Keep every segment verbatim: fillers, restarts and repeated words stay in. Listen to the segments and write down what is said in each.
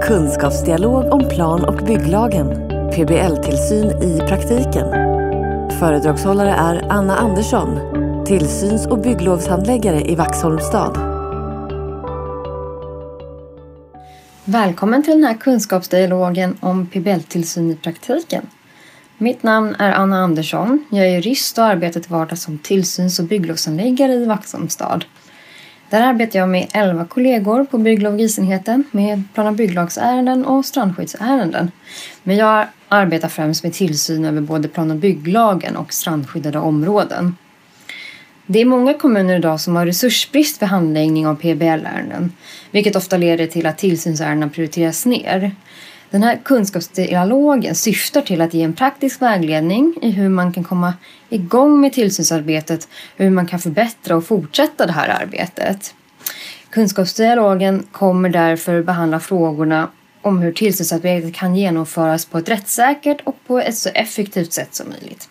Kunskapsdialog om plan- och bygglagen. P B L-tillsyn i praktiken. Föredragshållare är Anna Andersson, tillsyns- och bygglovshandläggare i Vaxholmstad. Välkommen till den här kunskapsdialogen om P B L-tillsyn i praktiken. Mitt namn är Anna Andersson. Jag är jurist och arbetar till vardags som tillsyns- och bygglovshandläggare i Vaxholmstad. Där arbetar jag med elva kollegor på bygglovgisenheten med plan- och bygglagsärenden och strandskyddsärenden. Men jag arbetar främst med tillsyn över både plan- och bygglagen och strandskyddade områden. Det är många kommuner idag som har resursbrist för handläggning av P B L-ärenden, vilket ofta leder till att tillsynsärenden prioriteras ner. Den här kunskapsdialogen syftar till att ge en praktisk vägledning i hur man kan komma igång med tillsynsarbetet, hur man kan förbättra och fortsätta det här arbetet. Kunskapsdialogen kommer därför behandla frågorna om hur tillsynsarbetet kan genomföras på ett rättssäkert och på ett så effektivt sätt som möjligt.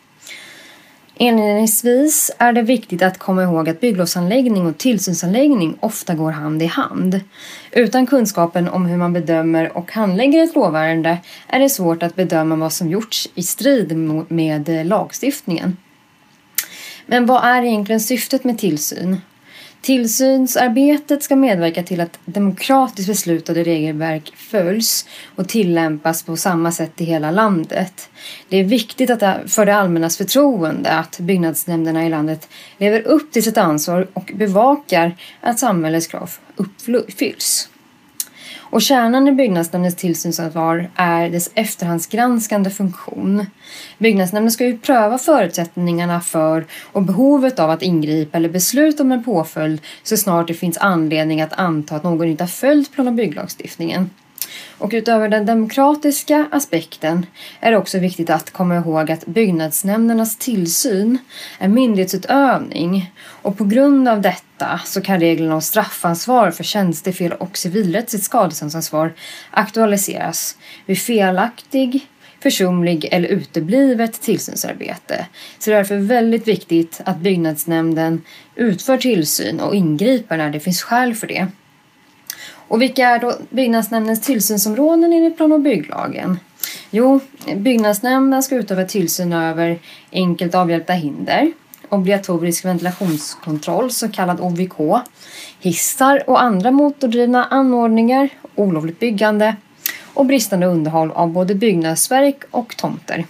Inledningsvis är det viktigt att komma ihåg att bygglovsanläggning och tillsynsanläggning ofta går hand i hand. Utan kunskapen om hur man bedömer och handlägger ett lovärende är det svårt att bedöma vad som gjorts i strid med lagstiftningen. Men vad är egentligen syftet med tillsyn? Tillsynsarbetet ska medverka till att demokratiskt beslutade regelverk följs och tillämpas på samma sätt i hela landet. Det är viktigt att det, för det allmännas förtroende att byggnadsnämnderna i landet lever upp till sitt ansvar och bevakar att samhällets krav uppfylls. Och kärnan i byggnadsnämndens tillsynsansvar är dess efterhandsgranskande funktion. Byggnadsnämnden ska ju pröva förutsättningarna för och behovet av att ingripa eller besluta om en påföljd så snart det finns anledning att anta att någon inte har följt plan- och bygglagstiftningen. Och utöver den demokratiska aspekten är det också viktigt att komma ihåg att byggnadsnämndernas tillsyn är myndighetsutövning, och på grund av detta så kan reglerna om straffansvar för tjänstefel och civilrättsligt skadeståndsansvar aktualiseras vid felaktig, försumlig eller uteblivet tillsynsarbete. Så det är därför väldigt viktigt att byggnadsnämnden utför tillsyn och ingriper när det finns skäl för det. Och vilka är då byggnadsnämndens tillsynsområden enligt plan- och bygglagen? Jo, byggnadsnämnden ska utöva tillsyn över enkelt avhjälpta hinder, obligatorisk ventilationskontroll, så kallad O V K, hissar och andra motordrivna anordningar, olovligt byggande och bristande underhåll av både byggnadsverk och tomter.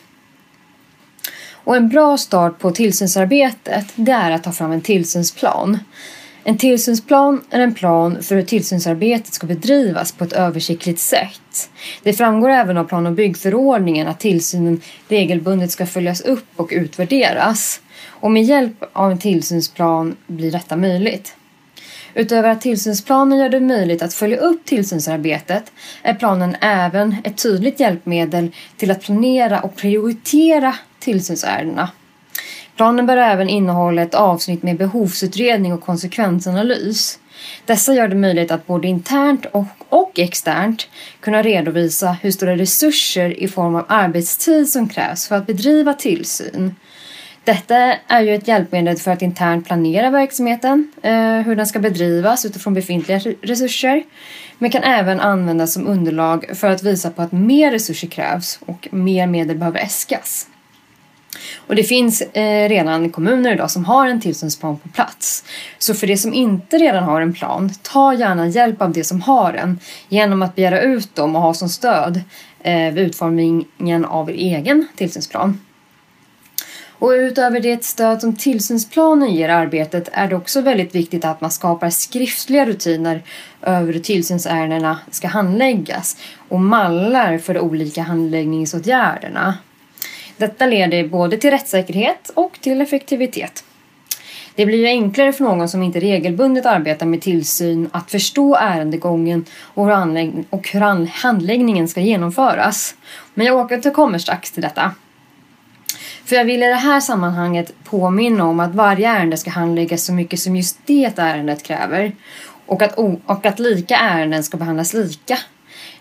Och en bra start på tillsynsarbetet det är att ta fram en tillsynsplan. En tillsynsplan är en plan för hur tillsynsarbetet ska bedrivas på ett översiktligt sätt. Det framgår även av plan- och byggförordningen att tillsynen regelbundet ska följas upp och utvärderas. Och med hjälp av en tillsynsplan blir detta möjligt. Utöver att tillsynsplanen gör det möjligt att följa upp tillsynsarbetet är planen även ett tydligt hjälpmedel till att planera och prioritera tillsynsärendena. Planen bör även innehålla ett avsnitt med behovsutredning och konsekvensanalys. Dessa gör det möjligt att både internt och, och externt kunna redovisa hur stora resurser i form av arbetstid som krävs för att bedriva tillsyn. Detta är ju ett hjälpmedel för att internt planera verksamheten, eh, hur den ska bedrivas utifrån befintliga resurser, men kan även användas som underlag för att visa på att mer resurser krävs och mer medel behöver äskas. Och det finns eh, redan kommuner idag som har en tillsynsplan på plats. Så för det som inte redan har en plan, ta gärna hjälp av det som har en genom att begära ut dem och ha som stöd eh, vid utformningen av er egen tillsynsplan. Och utöver det stöd som tillsynsplanen ger arbetet är det också väldigt viktigt att man skapar skriftliga rutiner över hur tillsynsärendena ska handläggas och mallar för de olika handläggningsåtgärderna. Detta leder både till rättssäkerhet och till effektivitet. Det blir ju enklare för någon som inte regelbundet arbetar med tillsyn att förstå ärendegången och hur, anlägg- och hur handläggningen ska genomföras. Men jag återkommer strax till detta. För jag vill i det här sammanhanget påminna om att varje ärende ska handläggas så mycket som just det ärendet kräver. Och att, o- och att lika ärenden ska behandlas lika.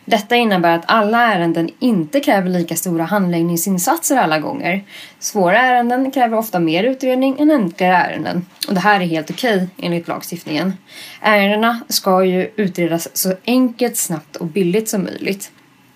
Detta innebär att alla ärenden inte kräver lika stora handläggningsinsatser alla gånger. Svåra ärenden kräver ofta mer utredning än enklare ärenden. Och det här är helt okej enligt lagstiftningen. Ärendena ska ju utredas så enkelt, snabbt och billigt som möjligt.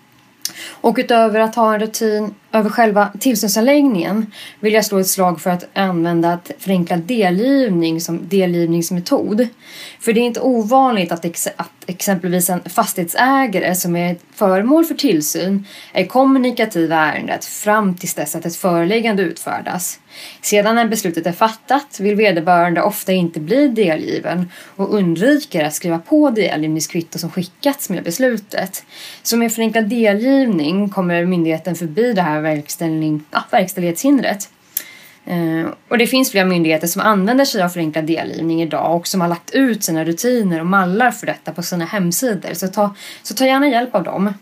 Och utöver att ha en rutin över själva tillsynsanläggningen vill jag slå ett slag för att använda ett förenklad delgivning som delgivningsmetod. För det är inte ovanligt att, ex- att exempelvis en fastighetsägare som är föremål för tillsyn är kommunikativ i ärendet fram tills dess att ett föreläggande utfärdas. Sedan när beslutet är fattat vill vederbörande ofta inte bli delgiven och undviker att skriva på delgivningskvitto som skickats med beslutet. Så med förenklad delgivning kommer myndigheten förbi det här verkställning, ja, verkställighetshindret. Eh, och det finns flera myndigheter som använder sig av förenklad delgivning idag och som har lagt ut sina rutiner och mallar för detta på sina hemsidor. Så ta, så ta gärna hjälp av dem.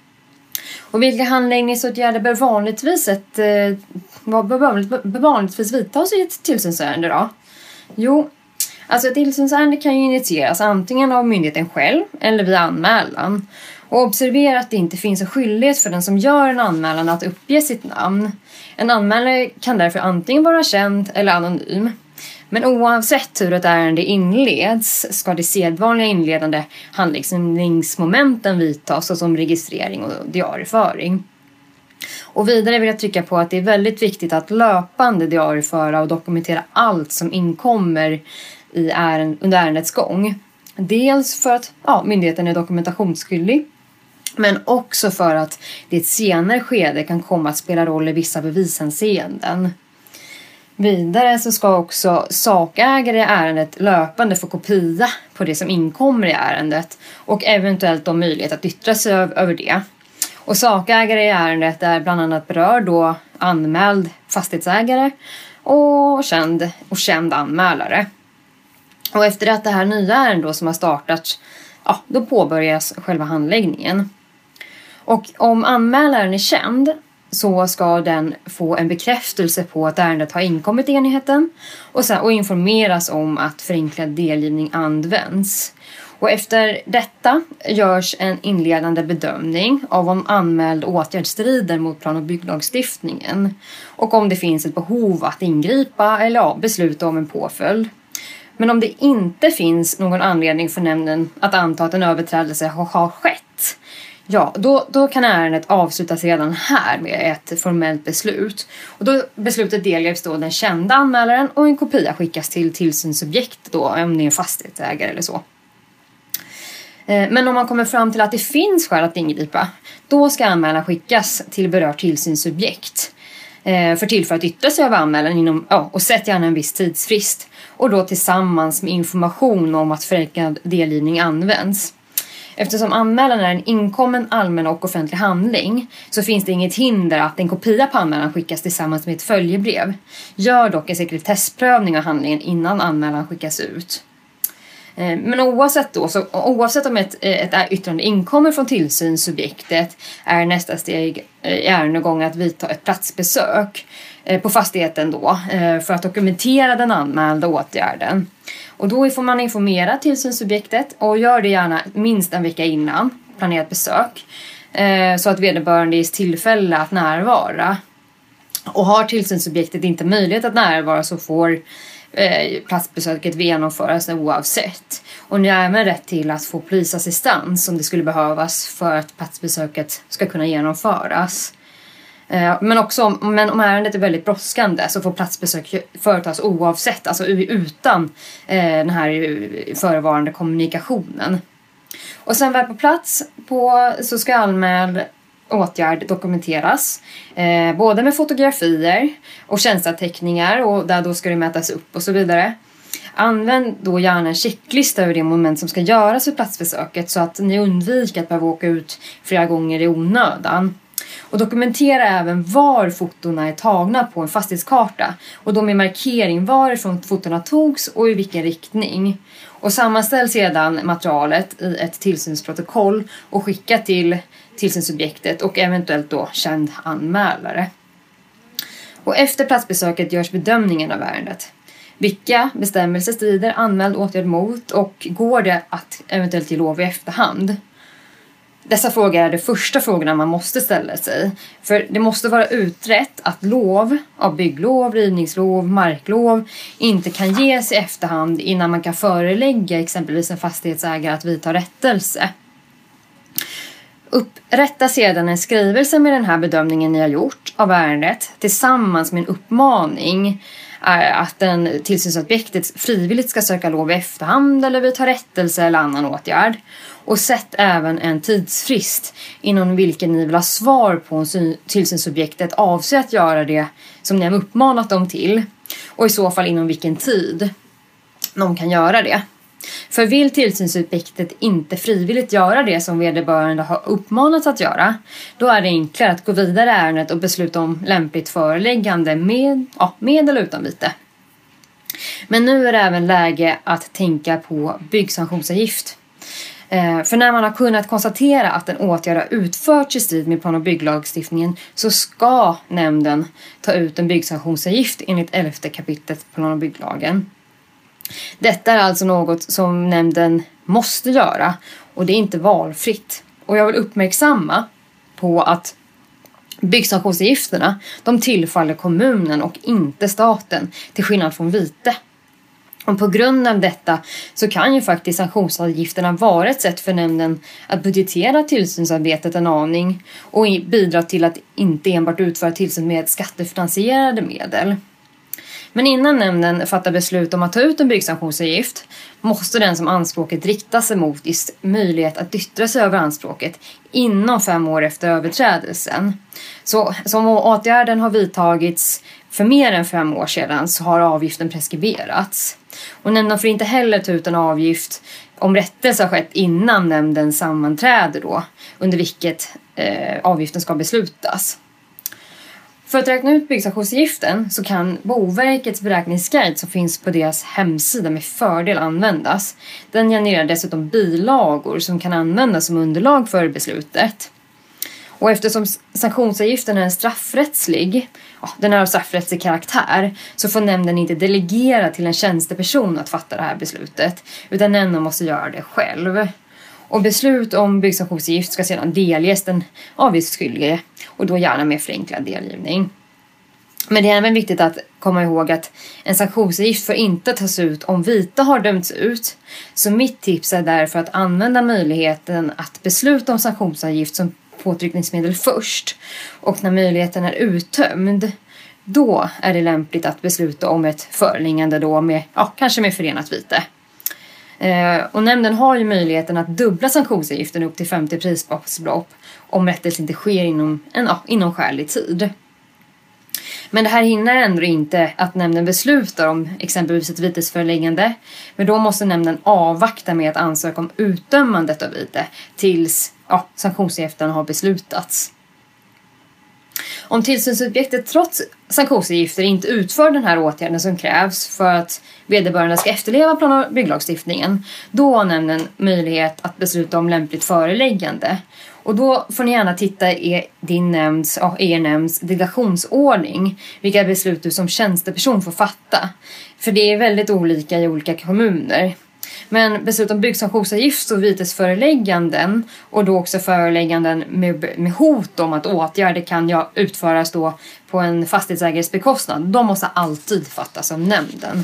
Och vilka handläggningsåtgärder bör vanligtvis, ett, eh, bör vanligtvis vidtas i ett tillsynsärende då? Jo, alltså ett tillsynsärende kan ju initieras antingen av myndigheten själv eller via anmälan. Och observera att det inte finns en skyldighet för den som gör en anmälan att uppge sitt namn. En anmälare kan därför antingen vara känd eller anonym. Men oavsett hur ett ärende inleds ska de sedvanliga inledande handläggningsmomenten vidtas såsom registrering och diarieföring. Och vidare vill jag trycka på att det är väldigt viktigt att löpande diarieföra och dokumentera allt som inkommer i ärend- under ärendets gång. Dels för att ja, myndigheten är dokumentationsskyldig, men också för att det i ett senare skede kan komma att spela roll i vissa bevisanseenden. Vidare så ska också sakägare i ärendet löpande få kopia på det som inkommer i ärendet och eventuellt då möjlighet att yttra sig över det. Och sakägare i ärendet är bland annat berörd då anmäld fastighetsägare och känd, och känd anmälare. Och efter att det här nya ärendet då som har startat, ja, då påbörjas själva handläggningen. Och om anmälaren är känd så ska den få en bekräftelse på att ärendet har inkommit i enheten och, sen, och informeras om att förenklad delgivning används. Och efter detta görs en inledande bedömning av om anmäld åtgärd strider mot plan- och bygglagstiftningen och om det finns ett behov att ingripa eller ja, besluta om en påföljd. Men om det inte finns någon anledning för nämnden att anta att en överträdelse har skett, ja, då, då kan ärendet avslutas redan här med ett formellt beslut. Och då beslutet delges då den kända anmälaren och en kopia skickas till tillsynsobjekt då, om det är en fastighetsägare eller så. Men om man kommer fram till att det finns skäl att ingripa, då ska anmälan skickas till berört tillsynsobjekt för tillfälle att yttra sig över anmälan inom, ja, och sätt gärna en viss tidsfrist. Och då tillsammans med information om att förenklad delgivning används. Eftersom anmälan är en inkommen allmän och offentlig handling så finns det inget hinder att en kopia på anmälan skickas tillsammans med ett följebrev. Gör dock en sekretessprövning av handlingen innan anmälan skickas ut. Men oavsett, då, så, oavsett om ett, ett yttrande inkommer från tillsynssubjektet är nästa steg i ärendegången att vidta ett platsbesök på fastigheten då, för att dokumentera den anmälda åtgärden. Och då får man informera tillsynssubjektet och gör det gärna minst en vecka innan planerat besök så att vederbörande ges tillfälle att närvara. Och har tillsynssubjektet inte möjlighet att närvara så får platsbesöket genomföras oavsett. Och ni har även rätt till att få polisassistans om det skulle behövas för att platsbesöket ska kunna genomföras. Men också om, men om ärendet är väldigt brådskande så får platsbesök företas oavsett, alltså utan den här förevarande kommunikationen. Och sen väl på plats på, så ska anmäld åtgärd dokumenteras eh, både med fotografier och tjänsteanteckningar och där då ska det mätas upp och så vidare. Använd då gärna en checklista över det moment som ska göras vid platsbesöket så att ni undviker att behöva åka ut flera gånger i onödan. Och dokumentera även var fotona är tagna på en fastighetskarta och då med markering varifrån fotona togs och i vilken riktning. Och sammanställ sedan materialet i ett tillsynsprotokoll och skicka till tillsynsobjektet och eventuellt då känd anmälare. Och efter platsbesöket görs bedömningen av ärendet. Vilka bestämmelser strider anmäld åtgärd mot och går det att eventuellt ge lov i efterhand? Dessa frågor är de första frågorna man måste ställa sig. För det måste vara utrett att lov av bygglov, rivningslov, marklov inte kan ges i efterhand innan man kan förelägga exempelvis en fastighetsägare att vidta rättelse. Upprätta sedan en skrivelse med den här bedömningen ni har gjort av ärendet tillsammans med en uppmaning att den tillsynsobjektet frivilligt ska söka lov i efterhand eller vidta rättelse eller annan åtgärd. Och sätt även en tidsfrist inom vilken ni vill ha svar på om tillsynsobjektet avser att göra det som ni har uppmanat dem till. Och i så fall inom vilken tid de kan göra det. För vill tillsynsobjektet inte frivilligt göra det som vederbörande har uppmanats att göra, då är det enklare att gå vidare i ärendet och besluta om lämpligt föreläggande med, ja, med eller utan vite. Men nu är det även läge att tänka på byggsanktionsavgift. Eh, för när man har kunnat konstatera att en åtgärd har utförts i strid med plan- och bygglagstiftningen så ska nämnden ta ut en byggsanktionsavgift enligt elfte kapitlet plan- och bygglagen. Detta är alltså något som nämnden måste göra och det är inte valfritt. Och jag vill uppmärksamma på att byggsanktionsavgifterna de tillfaller kommunen och inte staten till skillnad från vite. Och på grund av detta så kan ju faktiskt sanktionsavgifterna vara ett sätt för nämnden att budgetera tillsynsarbetet en aning och bidra till att inte enbart utföra tillsyn med skattefinansierade medel. Men innan nämnden fattar beslut om att ta ut en byggsanktionsavgift måste den som anspråket riktar sig mot ges möjlighet att yttra sig över anspråket inom fem år efter överträdelsen. Så som åtgärden har vidtagits för mer än fem år sedan så har avgiften preskriberats. Och nämnden får inte heller ta ut en avgift om rättelse har skett innan nämnden sammanträder då, under vilket eh, avgiften ska beslutas. För att räkna ut byggsanktionsavgiften så kan Boverkets beräkningsguide som finns på deras hemsida med fördel användas. Den genererar dessutom bilagor som kan användas som underlag för beslutet. Och eftersom sanktionsavgiften är straffrättslig, ja, den är av straffrättslig karaktär, så får nämnden inte delegera till en tjänsteperson att fatta det här beslutet, utan nämnden måste göra det själv. Och beslut om byggsanktionsavgift ska sedan delges den avgiftsskyldige och då gärna med förenklad delgivning. Men det är även viktigt att komma ihåg att en sanktionsavgift får inte tas ut om vite har dömts ut. Så mitt tips är därför att använda möjligheten att besluta om sanktionsavgift som påtryckningsmedel först. Och när möjligheten är uttömd, då är det lämpligt att besluta om ett föreläggande då med, ja, kanske med förenat vite. Eh, och nämnden har ju möjligheten att dubbla sanktionsavgiften upp till femtio prisbasbelopp om rättelse inte sker inom, en, ja, inom skälig tid. Men det här hindrar ändå inte att nämnden beslutar om exempelvis ett vitesföreläggande. Men då måste nämnden avvakta med att ansöka om utdömandet av vite tills ja, sanktionsavgiften har beslutats. Om tillsynsobjektet trots sanktionsavgifter inte utför den här åtgärden som krävs för att vederbörande ska efterleva plan- och bygglagstiftningen, då har nämnden möjlighet att besluta om lämpligt föreläggande. Och då får ni gärna titta i din nämnds, ja, er nämnds delegationsordning vilka beslut du som tjänsteperson får fatta. För det är väldigt olika i olika kommuner. Men beslut om byggsanktionsavgift och vitesförelägganden och då också förelägganden med, med hot om att åtgärder kan ja, utföras då på en fastighetsägares bekostnad, de måste alltid fattas av nämnden.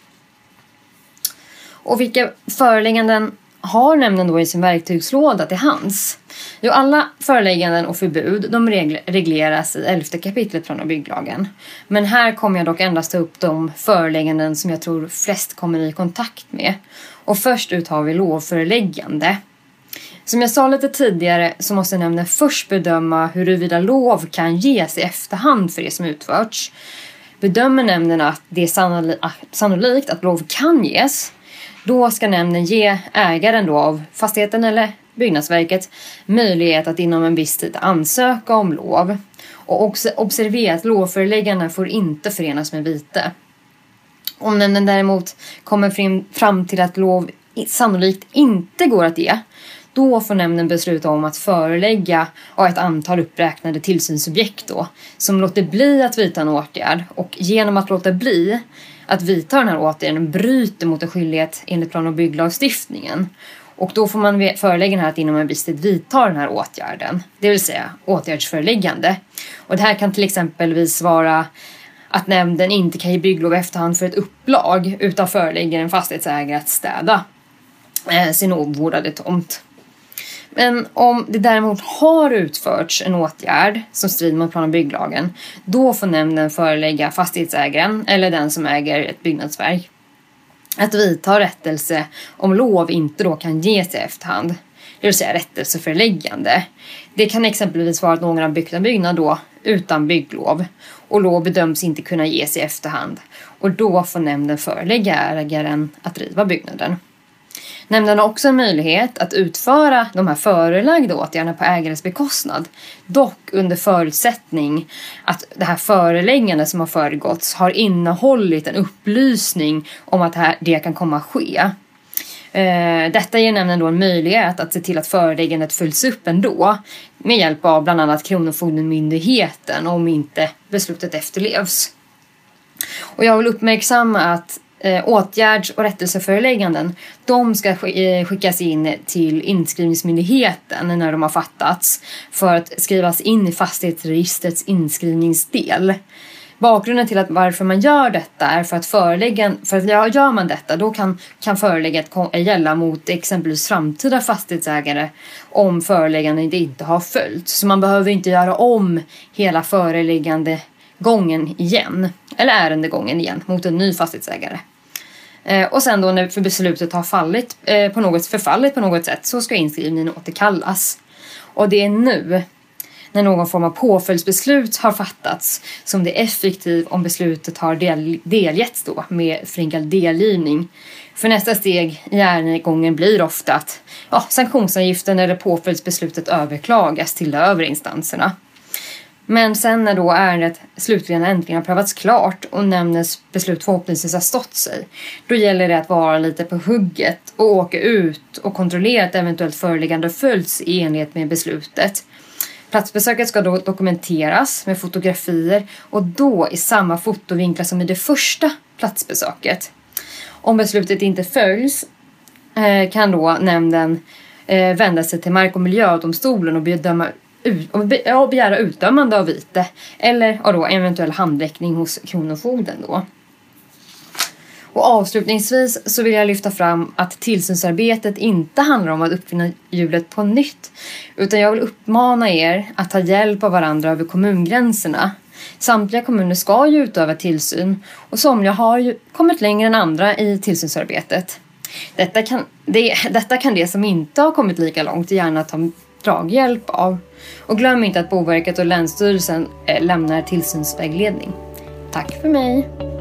Och vilka förelägganden har nämnden då i sin verktygslåda till hands? Jo, alla förelägganden och förbud de regleras i elfte kapitlet plan- och bygglagen. Men här kommer jag dock endast ta upp de förelägganden som jag tror flest kommer i kontakt med. Och först ut har vi lovföreläggande. Som jag sa lite tidigare så måste nämnden först bedöma huruvida lov kan ges i efterhand för det som utförts. Bedömer nämnden att det är sannolikt att lov kan ges, då ska nämnden ge ägaren då av fastigheten eller byggnadsverket möjlighet att inom en viss tid ansöka om lov. Och också observera att lovförelägganden får inte förenas med vite. Om nämnden däremot kommer fram till att lov sannolikt inte går att ge, då får nämnden besluta om att förelägga ett antal uppräknade tillsynsobjekt då, som låter bli att vidta en åtgärd. Och genom att låta bli att vidta den här åtgärden bryter mot en skyldighet enligt plan- och bygglagstiftningen. Och då får man förelägga den här att inom en viss tid vidta den här åtgärden. Det vill säga åtgärdsföreläggande. Och det här kan till exempelvis vara att nämnden inte kan ge bygglov efterhand för ett upplag utan förelägger en fastighetsägare att städa eh, sin ovårdade tomt. Men om det däremot har utförts en åtgärd som strider mot plan- och bygglagen, då får nämnden förelägga fastighetsägaren eller den som äger ett byggnadsverk att vidta rättelse om lov inte då kan ges i efterhand. Det vill säga rättelseföreläggande. Det kan exempelvis vara att någon har byggt en byggnad då utan bygglov och lov bedöms inte kunna ges i efterhand. Och då får nämnden förelägga ägaren att riva byggnaden. Nämnden har också en möjlighet att utföra de här förelagda åtgärderna på ägarens bekostnad. Dock under förutsättning att det här föreläggande som har föregåtts har innehållit en upplysning om att det kan komma att ske. Detta ger nämnden då en möjlighet att se till att föreläggandet följs upp ändå med hjälp av bland annat Kronofogdemyndigheten om inte beslutet efterlevs. Och jag vill uppmärksamma att eh, åtgärds- och rättelseförelägganden de ska skickas in till inskrivningsmyndigheten när de har fattats för att skrivas in i fastighetsregistrets inskrivningsdel. Bakgrunden till att varför man gör detta är för att föreläggan, för att gör man detta då kan, kan förelägget gälla mot exempelvis framtida fastighetsägare om föreläggande inte har följt. Så man behöver inte göra om hela föreläggande gången igen eller ärendegången igen mot en ny fastighetsägare. Eh, och sen då när för beslutet har fallit, eh, på något, förfallit på något sätt så ska inskrivningen återkallas. Och det är nu när någon form av påföljdsbeslut har fattats som det är effektivt om beslutet har del, delgetts då med förenklad delgivning. För nästa steg i ärendegången blir ofta att ja, sanktionsavgiften eller påföljdsbeslutet överklagas till de övre instanserna. Men sen när då ärendet slutligen äntligen har prövats klart och nämndens beslut förhoppningsvis har stått sig, då gäller det att vara lite på hugget och åka ut och kontrollera att eventuellt föreläggande följs i enlighet med beslutet. Platsbesöket ska då dokumenteras med fotografier och då i samma fotovinklar som i det första platsbesöket. Om beslutet inte följs kan då nämnden vända sig till Mark- och miljödomstolen och bedöma och begära utdömande av vite eller ja då, eventuell handräckning hos kronofogden då. Och avslutningsvis så vill jag lyfta fram att tillsynsarbetet inte handlar om att uppfinna hjulet på nytt, utan jag vill uppmana er att ta hjälp av varandra över kommungränserna. Samtliga kommuner ska ju utöva tillsyn och somliga har ju kommit längre än andra i tillsynsarbetet. Detta kan, det, detta kan det som inte har kommit lika långt gärna ta draghjälp av. Och glöm inte att Boverket och Länsstyrelsen lämnar tillsynsvägledning. Tack för mig!